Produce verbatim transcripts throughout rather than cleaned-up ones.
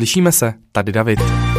Slyšíme se, tady David.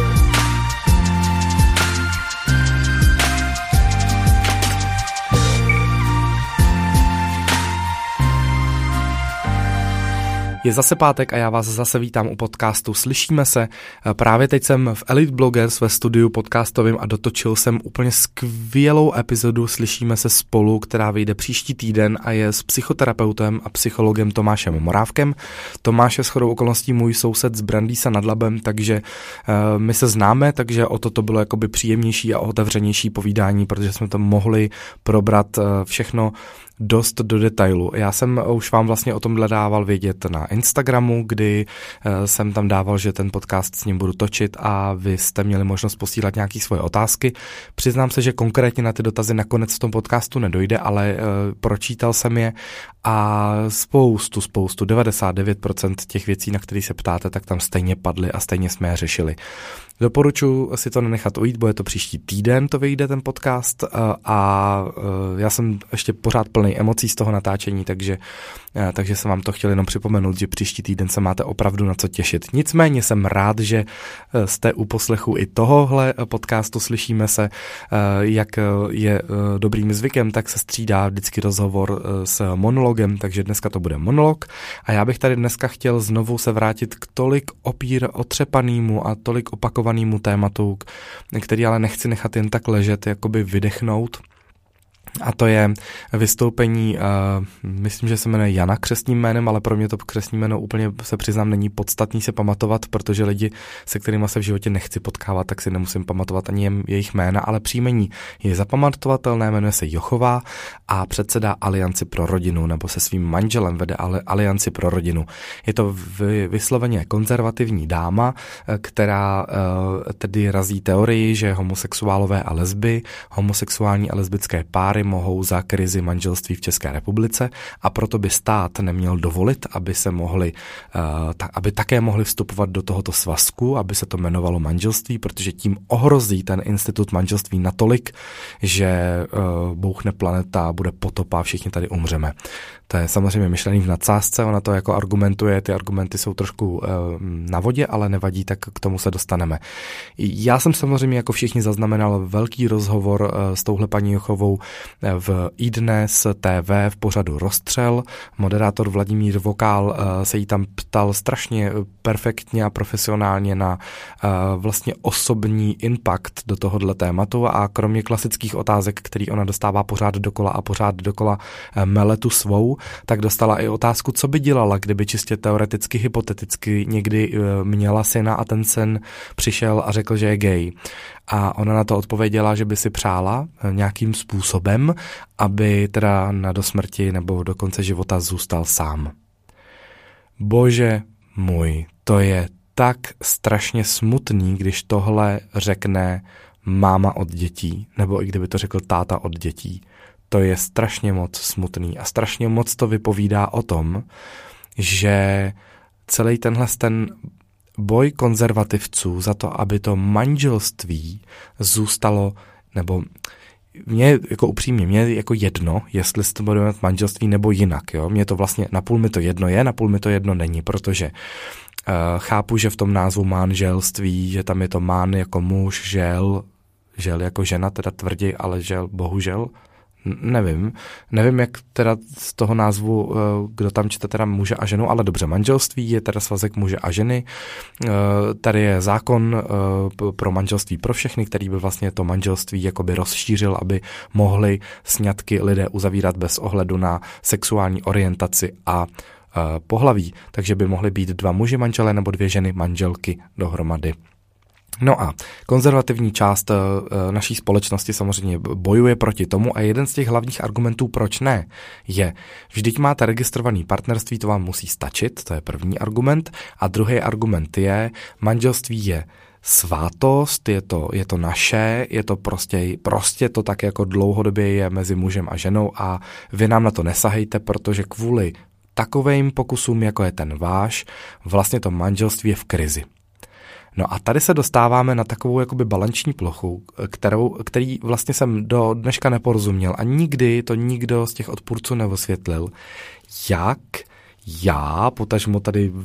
Je zase pátek a já vás zase vítám u podcastu Slyšíme se. Právě teď jsem v Elite Bloggers ve studiu podcastovým a dotočil jsem úplně skvělou epizodu Slyšíme se spolu, která vyjde příští týden a je s psychoterapeutem a psychologem Tomášem Morávkem. Tomáš je shodou okolností můj soused z Brandýsa nad Labem, takže uh, my se známe, takže o to to bylo jakoby příjemnější a otevřenější povídání, protože jsme to mohli probrat uh, všechno dost do detailu. Já jsem už vám vlastně o tomhle dával vědět na Instagramu, kdy uh, jsem tam dával, že ten podcast s ním budu točit a vy jste měli možnost posílat nějaké svoje otázky. Přiznám se, že konkrétně na ty dotazy nakonec v tom podcastu nedojde, ale uh, pročítal jsem je a spoustu, spoustu, devadesát devět procent těch věcí, na které se ptáte, tak tam stejně padly a stejně jsme je řešili. Doporučuji si to nenechat ujít, bude to příští týden, to vyjde ten podcast a já jsem ještě pořád plný emocí z toho natáčení, takže, takže jsem vám to chtěl jenom připomenout, že příští týden se máte opravdu na co těšit. Nicméně jsem rád, že jste u poslechu i tohohle podcastu Slyšíme se, jak je dobrým zvykem, tak se střídá vždycky rozhovor s monologem, takže dneska to bude monolog a já bych tady dneska chtěl znovu se vrátit k tolik opír otřepanému a tolik opakovanému tématu, který ale nechci nechat jen tak ležet, jakoby vydechnout. A to je vystoupení, uh, myslím, že se jmenuje Jana křestním jménem, ale pro mě to křestní jméno úplně se přiznám není podstatný se pamatovat, protože lidi, se kterými se v životě nechci potkávat, tak si nemusím pamatovat ani jejich jména, ale příjmení je zapamatovatelné, jmenuje se Jochová a předsedá Alianci pro rodinu, nebo se svým manželem vede Alianci pro rodinu. Je to vysloveně konzervativní dáma, která uh, tedy razí teorii, že homosexuálové a lesby, homosexuální a lesbické páry mohou za krizi manželství v České republice a proto by stát neměl dovolit, aby se mohli, uh, ta, aby také mohli vstupovat do tohoto svazku, aby se to jmenovalo manželství, protože tím ohrozí ten institut manželství natolik, že uh, bouchne planeta, bude potopa a všichni tady umřeme. To je samozřejmě myšlený v nadsázce, ona to jako argumentuje, ty argumenty jsou trošku uh, na vodě, ale nevadí, tak k tomu se dostaneme. Já jsem samozřejmě jako všichni zaznamenal velký rozhovor uh, s touhle paní Jochovou v iDnes T V v pořadu Rozstřel. Moderátor Vladimír Vokál uh, se jí tam ptal strašně perfektně a profesionálně na uh, vlastně osobní impact do tohohle tématu a kromě klasických otázek, který ona dostává pořád dokola a pořád dokola uh, mele tu svou, tak dostala i otázku, co by dělala, kdyby čistě teoreticky, hypoteticky někdy uh, měla syna a ten syn přišel a řekl, že je gay. A ona na to odpověděla, že by si přála nějakým způsobem, aby teda na dosmrti nebo do konce života zůstal sám. Bože můj, to je tak strašně smutný, když tohle řekne máma od dětí, nebo i kdyby to řekl táta od dětí. To je strašně moc smutný a strašně moc to vypovídá o tom, že celý tenhle ten boj konzervativců za to, aby to manželství zůstalo, nebo mě jako upřímně, mě jako jedno, jestli se to bude jmenovat manželství nebo jinak, jo. Mně to vlastně, napůl mi to jedno je, napůl mi to jedno není, protože uh, chápu, že v tom názvu manželství, že tam je to man jako muž, žel, žel jako žena, teda tvrdí, ale žel, bohužel, Nevím, nevím, jak teda z toho názvu, kdo tam čte teda muže a ženu, ale dobře, manželství je teda svazek muže a ženy. Tady je zákon pro manželství pro všechny, který by vlastně to manželství jakoby rozšířil, aby mohli sňatky lidé uzavírat bez ohledu na sexuální orientaci a pohlaví, takže by mohly být dva muži manželé nebo dvě ženy manželky dohromady. No a konzervativní část e, naší společnosti samozřejmě bojuje proti tomu a jeden z těch hlavních argumentů, proč ne, je, vždyť máte registrovaný partnerství, to vám musí stačit, to je první argument, a druhý argument je, manželství je svátost, je to, je to naše, je to prostě, prostě to tak jako dlouhodobě je mezi mužem a ženou a vy nám na to nesahejte, protože kvůli takovým pokusům, jako je ten váš, vlastně to manželství je v krizi. No a tady se dostáváme na takovou jakoby balanční plochu, kterou, který vlastně jsem do dneška neporozuměl a nikdy to nikdo z těch odpůrců nevysvětlil, jak já, potažmo tady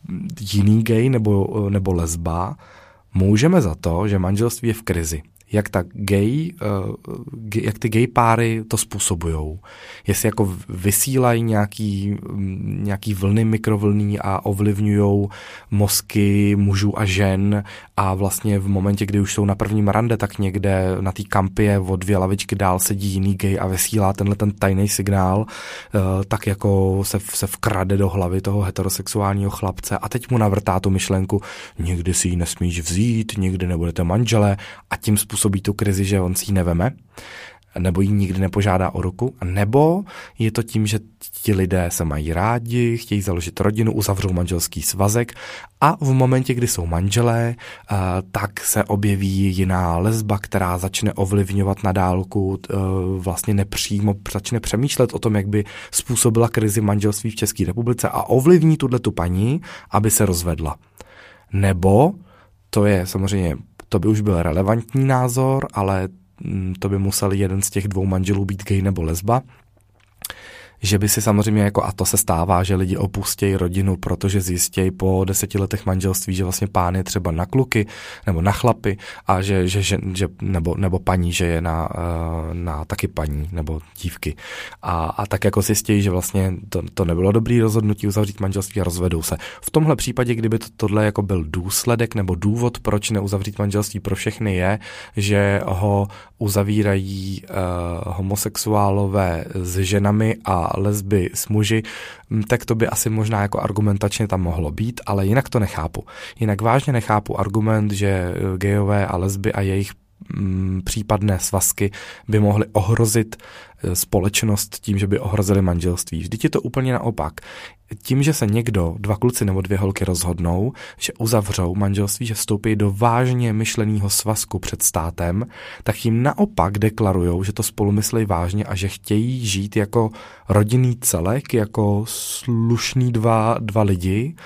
jiný gay nebo, nebo lesba, můžeme za to, že manželství je v krizi. Jak, ta gay, jak ty gay páry to způsobujou. Jestli jako vysílají nějaký, nějaký vlny, mikrovlny a ovlivňují mozky mužů a žen a vlastně v momentě, kdy už jsou na prvním rande, tak někde na té kampě o dvě lavičky dál sedí jiný gay a vysílá tenhle ten tajný signál, tak jako se, se vkrade do hlavy toho heterosexuálního chlapce a teď mu navrtá tu myšlenku, nikdy si ji nesmíš vzít, nikdy nebudete manželé a tím způsobí tu krizi, že on si ji neveme, nebo ji nikdy nepožádá o ruku, nebo je to tím, že ti lidé se mají rádi, chtějí založit rodinu, uzavřou manželský svazek a v momentě, kdy jsou manželé, tak se objeví jiná lesba, která začne ovlivňovat na dálku, vlastně nepřímo začne přemýšlet o tom, jak by způsobila krizi manželství v České republice a ovlivní tuhletu paní, aby se rozvedla. Nebo, to je samozřejmě to by už byl relevantní názor, ale to by musel jeden z těch dvou manželů být gay nebo lesba. Že by si samozřejmě, jako a to se stává, že lidi opustějí rodinu, protože zjistějí po deseti letech manželství, že vlastně pán je třeba na kluky nebo na chlapy a že, že, že, že nebo, nebo paní, že je na, na taky paní nebo dívky. A, a tak jako zjistějí, že vlastně to, to nebylo dobrý rozhodnutí uzavřít manželství a rozvedou se. V tomhle případě, kdyby to, tohle jako byl důsledek nebo důvod, proč neuzavřít manželství pro všechny je, že ho uzavírají uh, homosexuálové s ženami a lesby s muži, tak to by asi možná jako argumentačně tam mohlo být, ale jinak to nechápu. Jinak vážně nechápu argument, že gayové a lesby a jejich mm, případné svazky by mohly ohrozit společnost tím, že by ohrozili manželství. Vždyť je to úplně naopak. Tím, že se někdo, dva kluci nebo dvě holky rozhodnou, že uzavřou manželství, že vstoupí do vážně myšleného svazku před státem, tak jim naopak deklarujou, že to spolu myslí vážně a že chtějí žít jako rodinný celek, jako slušný dva, dva lidi,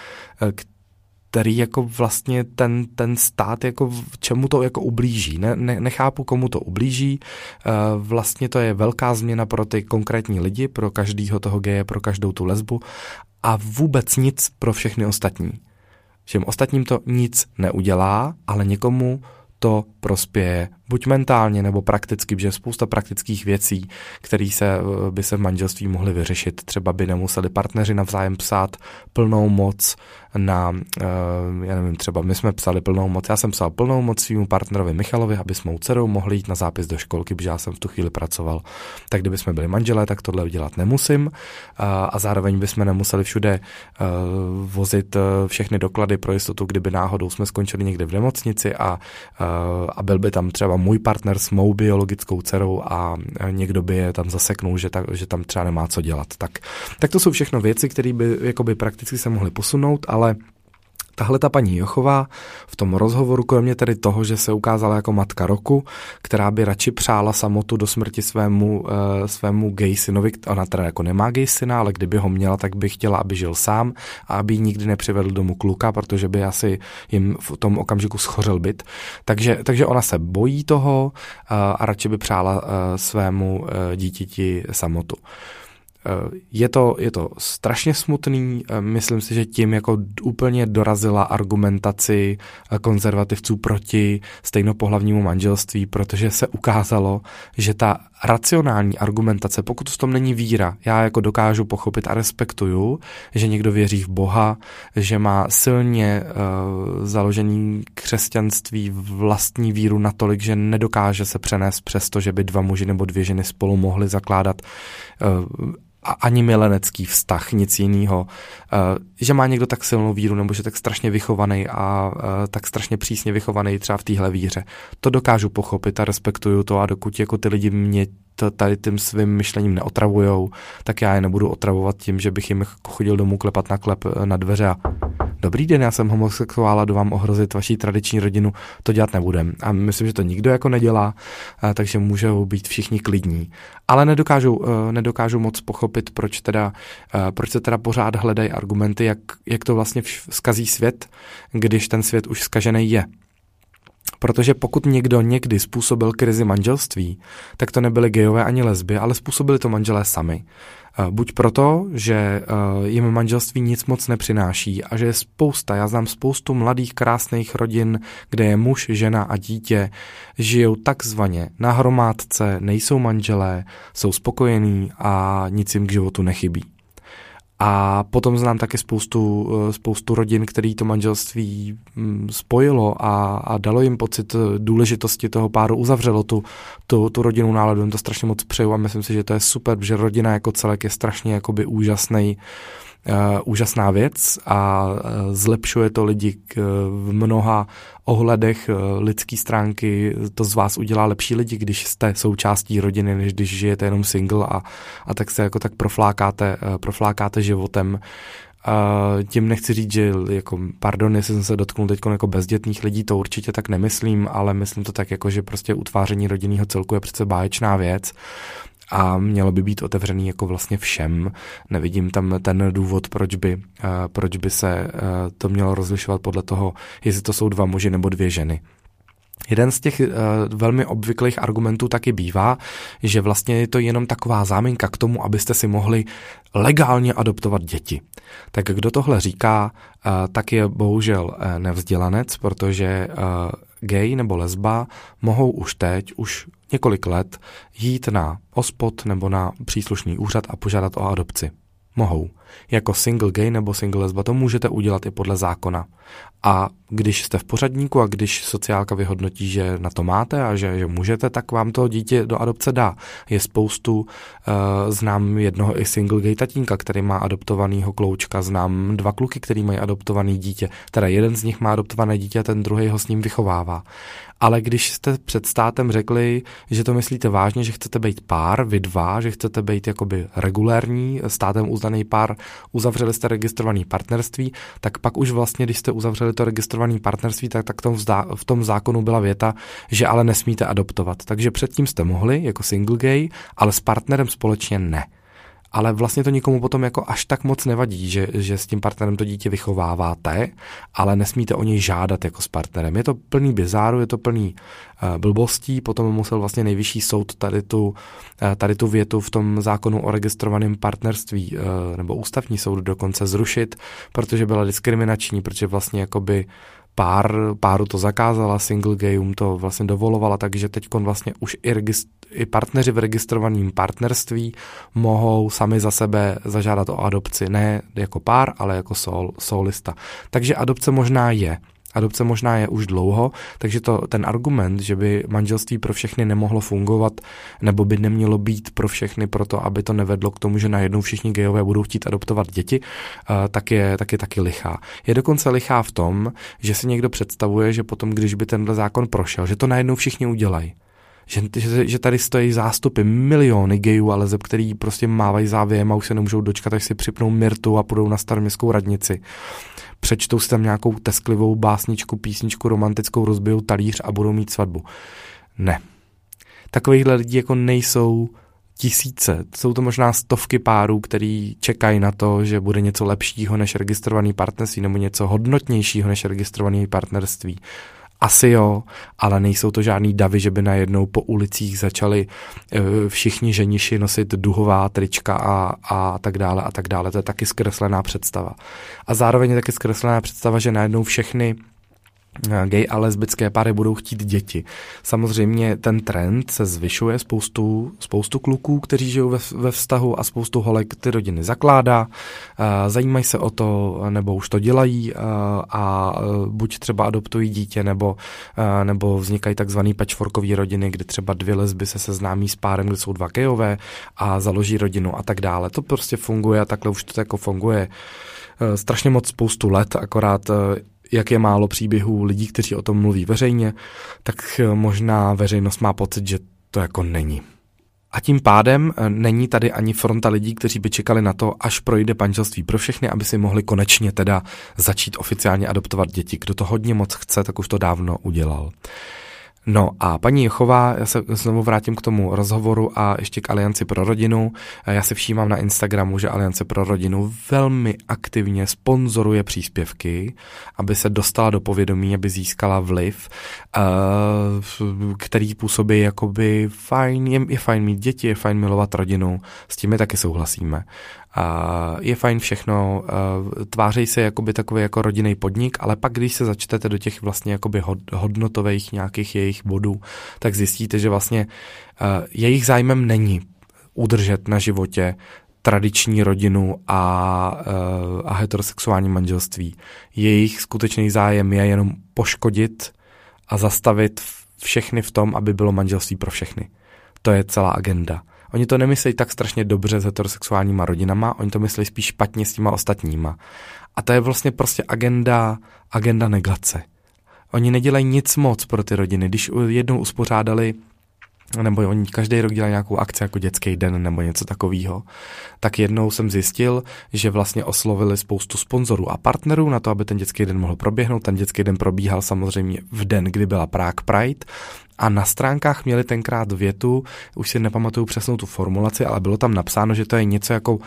který jako vlastně ten, ten stát jako čemu to jako ublíží. Ne, ne, nechápu, komu to ublíží. Vlastně to je velká změna pro ty konkrétní lidi, pro každýho toho geje, pro každou tu lesbu a vůbec nic pro všechny ostatní. Všem ostatním to nic neudělá, ale někomu to prospěje buď mentálně nebo prakticky, protože je spousta praktických věcí, které se, by se v manželství mohly vyřešit. Třeba by nemuseli partneři navzájem psát plnou moc na, já nevím, třeba my jsme psali plnou moc, já jsem psal plnou moc svýmu partnerovi Michalovi, aby s mou dcerou mohli jít na zápis do školky, protože já jsem v tu chvíli pracoval. Tak kdyby jsme byli manželé, tak tohle udělat nemusím a zároveň bychom nemuseli všude vozit všechny doklady pro jistotu, kdyby náhodou jsme skončili někde v nemocnici a, a byl by tam třeba můj partner s mou biologickou dcerou a někdo by je tam zaseknul, že, ta, že tam třeba nemá co dělat. Tak, tak to jsou všechno věci, které by jakoby prakticky se mohly posunout, ale tahle ta paní Jochová v tom rozhovoru, kromě tedy toho, že se ukázala jako matka roku, která by radši přála samotu do smrti svému, uh, svému gay synovi, ona teda jako nemá gay syna, ale kdyby ho měla, tak by chtěla, aby žil sám a aby ji nikdy nepřivedl domů kluka, protože by asi jim v tom okamžiku schořel byt. Takže, takže ona se bojí toho uh, a radši by přála uh, svému uh, dítěti samotu. Je to, je to strašně smutný, myslím si, že tím jako úplně dorazila argumentaci konzervativců proti stejnopohlavnímu manželství, protože se ukázalo, že ta racionální argumentace, pokud v tom není víra, já jako dokážu pochopit a respektuju, že někdo věří v Boha, že má silně uh, založený křesťanství vlastní víru natolik, že nedokáže se přenést přes to, že by dva muži nebo dvě ženy spolu mohly zakládat uh, a ani milenecký vztah, nic jiného, že má někdo tak silnou víru, nebo že tak strašně vychovaný a tak strašně přísně vychovaný třeba v téhle víře. To dokážu pochopit a respektuju to a dokud jako ty lidi mě to tady tím svým myšlením neotravujou, tak já je nebudu otravovat tím, že bych jim chodil domů klepat na klep na dveře a dobrý den, já jsem homosexuál a jdu vám ohrozit vaší tradiční rodinu, to dělat nebudem. A myslím, že to nikdo jako nedělá, takže můžou být všichni klidní. Ale nedokážu, nedokážu moc pochopit, proč, teda, proč se teda pořád hledají argumenty, jak, jak to vlastně zkazí svět, když ten svět už zkažený je. Protože pokud někdo někdy způsobil krizi manželství, tak to nebyly gejové ani lesby, ale způsobili to manželé sami. Buď proto, že jim manželství nic moc nepřináší a že je spousta, já znám spoustu mladých krásných rodin, kde je muž, žena a dítě, žijou takzvaně na hromádce, nejsou manželé, jsou spokojení a nic jim k životu nechybí. A potom znám taky spoustu, spoustu rodin, který to manželství spojilo a, a dalo jim pocit důležitosti toho páru, uzavřelo tu, tu, tu rodinnou náladu. Jim to strašně moc přeju a myslím si, že to je super, že rodina jako celek je strašně jakoby úžasnej, uh, úžasná věc a uh, zlepšuje to lidi k, v mnoha ohledech uh, lidský stránky. To z vás udělá lepší lidi, když jste součástí rodiny, než když žijete jenom single a, a tak se jako tak proflákáte, uh, proflákáte životem. Uh, tím nechci říct, že jako, pardon, jestli jsem se dotknul teď jako bezdětných lidí, to určitě tak nemyslím, ale myslím to tak jako, že prostě utváření rodinného celku je přece báječná věc a mělo by být otevřený jako vlastně všem. Nevidím tam ten důvod, proč by, uh, proč by se uh, to mělo rozlišovat podle toho, jestli to jsou dva muži nebo dvě ženy. Jeden z těch uh, velmi obvyklých argumentů taky bývá, že vlastně je to jenom taková záminka k tomu, abyste si mohli legálně adoptovat děti. Tak kdo tohle říká, uh, tak je bohužel uh, nevzdělanec, protože uh, gay nebo lesba mohou už teď, už několik let jít na OSPOD nebo na příslušný úřad a požádat o adopci. Mohou. Jako single gay nebo single lesba to můžete udělat i podle zákona. A když jste v pořadníku a když sociálka vyhodnotí, že na to máte a že, že můžete, tak vám to dítě do adopce dá. Je spoustu, uh, znám jednoho i single gay tatínka, který má adoptovanýho kloučka, znám dva kluky, který mají adoptovaný dítě. Teda jeden z nich má adoptované dítě a ten druhý ho s ním vychovává. Ale když jste před státem řekli, že to myslíte vážně, že chcete být pár, vy dva, že chcete být jakoby regulérní, státem uznaný pár, uzavřeli jste registrovaný partnerství, tak pak už vlastně, když jste uzavřeli to registrované partnerství, tak, tak tom vzdá, v tom zákonu byla věta, že ale nesmíte adoptovat. Takže předtím jste mohli, jako single gay, ale s partnerem společně ne. Ale vlastně to nikomu potom jako až tak moc nevadí, že, že s tím partnerem to dítě vychováváte, ale nesmíte o něj žádat jako s partnerem. Je to plný bizáru, je to plný uh, blbostí, potom musel vlastně nejvyšší soud tady tu, uh, tady tu větu v tom zákonu o registrovaném partnerství, uh, nebo ústavní soud dokonce zrušit, protože byla diskriminační, protože vlastně jakoby pár, páru to zakázala, single gayům to vlastně dovolovala, takže teď vlastně už i, registr, i partneři v registrovaném partnerství mohou sami za sebe zažádat o adopci, ne jako pár, ale jako sol, solista. Takže adopce možná je. Adopce možná je už dlouho, takže to, ten argument, že by manželství pro všechny nemohlo fungovat, nebo by nemělo být pro všechny proto, aby to nevedlo k tomu, že najednou všichni gejové budou chtít adoptovat děti, tak je, tak je taky lichá. Je dokonce lichá v tom, že si někdo představuje, že potom, když by tenhle zákon prošel, že to najednou všichni udělají. Že, že, že tady stojí zástupy, miliony gejů a leseb, který prostě mávají závějem a už se nemůžou dočkat, až si připnou Mirtu a půjdou na staroměstskou radnici. Přečtou si tam nějakou tesklivou básničku, písničku romantickou, rozbijou talíř a budou mít svatbu. Ne. Takovýchhle lidí jako nejsou tisíce. Jsou to možná stovky párů, který čekají na to, že bude něco lepšího než registrovaný partnerství nebo něco hodnotnějšího než registrovaný partnerství. Asi jo, ale nejsou to žádný davy, že by najednou po ulicích začali e, všichni ženiši nosit duhová trička a, a tak dále a tak dále. To je taky zkreslená představa. A zároveň je taky zkreslená představa, že najednou všechny gay a lesbické páry budou chtít děti. Samozřejmě ten trend se zvyšuje, spoustu, spoustu kluků, kteří žijou ve, ve vztahu a spoustu holek ty rodiny zakládá, zajímají se o to, nebo už to dělají a buď třeba adoptují dítě, nebo, nebo vznikají takzvaný patchworkový rodiny, kdy třeba dvě lesby se seznámí s párem, kde jsou dva gayové a založí rodinu a tak dále. To prostě funguje a takhle už to jako funguje strašně moc spoustu let, akorát jak je málo příběhů lidí, kteří o tom mluví veřejně, tak možná veřejnost má pocit, že to jako není. A tím pádem není tady ani fronta lidí, kteří by čekali na to, až projde manželství pro všechny, aby si mohli konečně teda začít oficiálně adoptovat děti. Kdo to hodně moc chce, tak už to dávno udělal. No a paní Jochová, já se znovu vrátím k tomu rozhovoru a ještě k Alianci pro rodinu. Já si všímám na Instagramu, že Aliance pro rodinu velmi aktivně sponzoruje příspěvky, aby se dostala do povědomí, aby získala vliv, který působí jakoby fajn, je, je fajn mít děti, je fajn milovat rodinu, s tím my taky souhlasíme. Uh, je fajn všechno, uh, tváří se jakoby takový jako rodinný podnik, ale pak, když se začtete do těch vlastně jakoby hodnotových nějakých jejich bodů, tak zjistíte, že vlastně uh, jejich zájmem není udržet na životě tradiční rodinu a, uh, a heterosexuální manželství. Jejich skutečný zájem je jenom poškodit a zastavit všechny v tom, aby bylo manželství pro všechny. To je celá agenda. Oni to nemyslejí tak strašně dobře s heterosexuálníma rodinama, oni to myslí spíš špatně s těma ostatníma. A to je vlastně prostě agenda, agenda negace. Oni nedělají nic moc pro ty rodiny. Když jednou uspořádali, nebo oni každý rok dělají nějakou akci jako dětský den nebo něco takového, tak jednou jsem zjistil, že vlastně oslovili spoustu sponzorů a partnerů na to, aby ten dětský den mohl proběhnout. Ten dětský den probíhal samozřejmě v den, kdy byla Prague Pride, a na stránkách měli tenkrát větu, už si nepamatuju přesnou tu formulaci, ale bylo tam napsáno, že to je něco jako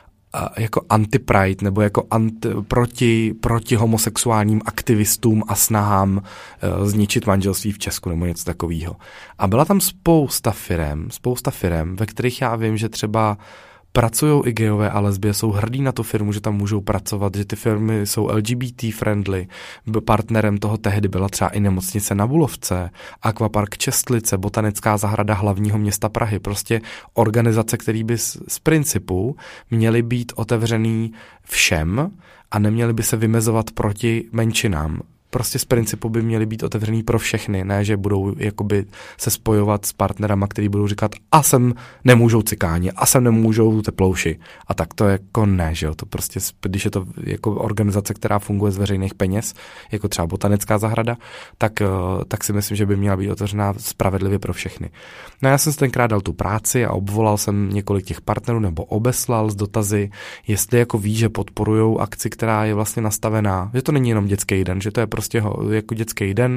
jako anti-pride nebo jako anti, proti, proti homosexuálním aktivistům a snahám uh, zničit manželství v Česku nebo něco takového. A byla tam spousta firem, spousta firem, ve kterých já vím, že třeba pracujou i gayové a lesbie, jsou hrdí na tu firmu, že tam můžou pracovat, že ty firmy jsou L G B T friendly. Partnerem toho tehdy byla třeba i nemocnice na Bulovce, Aquapark Čestlice, Botanická zahrada hlavního města Prahy. Prostě organizace, které by z, z principu měly být otevřený všem a neměly by se vymezovat proti menšinám. Prostě z principu by měly být otevřený pro všechny, ne, že budou jakoby se spojovat s partnerama, který budou říkat a sem nemůžou cikáni, a sem nemůžou teplouši. A tak to jako ne, že jo, to prostě, když je to jako organizace, která funguje z veřejných peněz, jako třeba Botanická zahrada, tak, tak si myslím, že by měla být otevřená spravedlivě pro všechny. No já jsem si tenkrát dal tu práci a obvolal jsem několik těch partnerů, nebo obeslal s dotazy, jestli jako ví, že podporujou akci, která je vlastně nastavená, že to není jenom dětský den, že to je prostě jako dětský den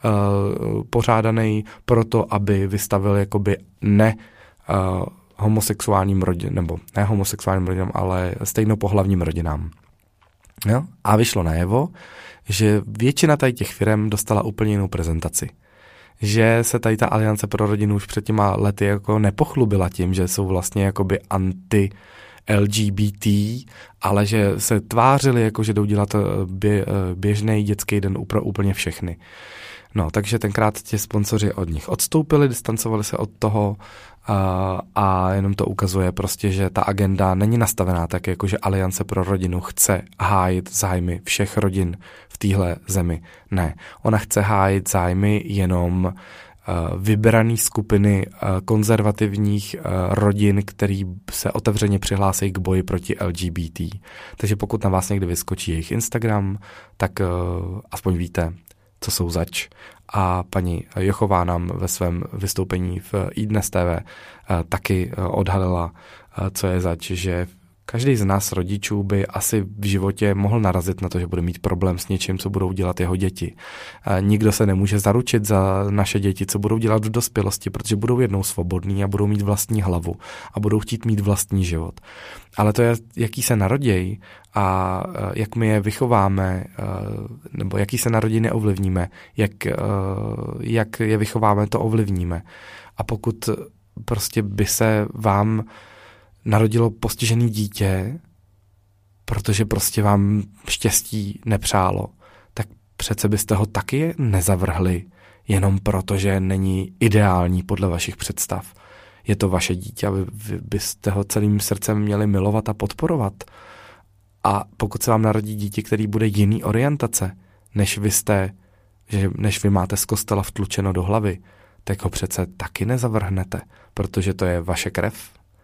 uh, pořádaný proto, aby vystavil jakoby ne uh, homosexuálním rodinám, nebo ne homosexuálním rodinám, ale stejnopohlavním rodinám. Jo? A vyšlo najevo, že většina tady těch firem dostala úplně jinou prezentaci. Že se tady ta Aliance pro rodinu už před těma lety jako nepochlubila tím, že jsou vlastně jakoby anti L G B T, ale že se tvářili, jako že jdou dělat bě, běžný dětský den pro úplně všechny. No, takže tenkrát ti sponzoři od nich odstoupili, distancovali se od toho a, a jenom to ukazuje prostě, že ta agenda není nastavená tak, jako že Aliance pro rodinu chce hájit zájmy všech rodin v téhle zemi. Ne, ona chce hájit zájmy jenom vybrané skupiny konzervativních rodin, který se otevřeně přihlásí k boji proti L G B T. Takže pokud na vás někdy vyskočí jejich Instagram, tak aspoň víte, co jsou zač. A paní Jochová nám ve svém vystoupení v iDnes T V taky odhalila, co je zač, že každý z nás rodičů by asi v životě mohl narazit na to, že bude mít problém s něčím, co budou dělat jeho děti. Nikdo se nemůže zaručit za naše děti, co budou dělat v dospělosti, protože budou jednou svobodní a budou mít vlastní hlavu a budou chtít mít vlastní život. Ale to je, jaký se narodějí a jak my je vychováme, nebo jaký se narodí neovlivníme, jak, jak je vychováme, to ovlivníme. A pokud prostě by se vám narodilo postižený dítě, protože prostě vám štěstí nepřálo, tak přece byste ho taky nezavrhli, jenom proto, že není ideální podle vašich představ. Je to vaše dítě a vy, vy byste ho celým srdcem měli milovat a podporovat. A pokud se vám narodí dítě, který bude jiný orientace, než vy jste, že, než vy máte z kostela vtlučeno do hlavy, tak ho přece taky nezavrhnete, protože to je vaše krev.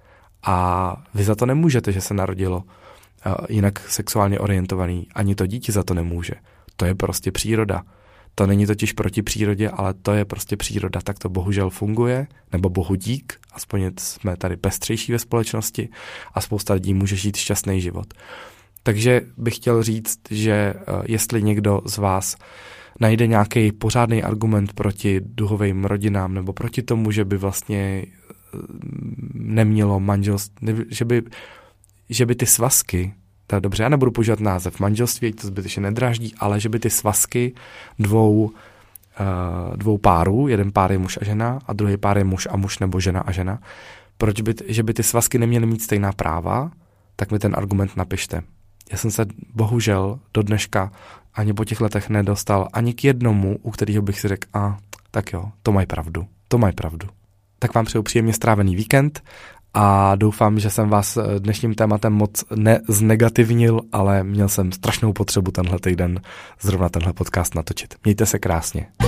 A vy za to nemůžete, že se narodilo uh, jinak sexuálně orientovaný. Ani to dítě za to nemůže. To je prostě příroda. To není totiž proti přírodě, ale to je prostě příroda. Tak to bohužel funguje, nebo bohu dík, aspoň jsme tady pestřejší ve společnosti a spousta lidí může žít šťastný život. Takže bych chtěl říct, že uh, jestli někdo z vás najde nějaký pořádný argument proti duhovým rodinám nebo proti tomu, že by vlastně nemělo manželství, že by, že by ty svazky, tak dobře, já nebudu používat název manželství, to zbytečně nedráždí, ale že by ty svazky dvou, uh, dvou párů, jeden pár je muž a žena a druhý pár je muž a muž nebo žena a žena, proč by, že by ty svazky neměly mít stejná práva, tak mi ten argument napište. Já jsem se bohužel do dneška ani po těch letech nedostal ani k jednomu, u kterého bych si řekl, a tak jo, to mají pravdu, to mají pravdu. Tak vám přeju příjemně strávený víkend a doufám, že jsem vás dnešním tématem moc neznegativnil, ale měl jsem strašnou potřebu tenhle týden zrovna tenhle podcast natočit. Mějte se krásně.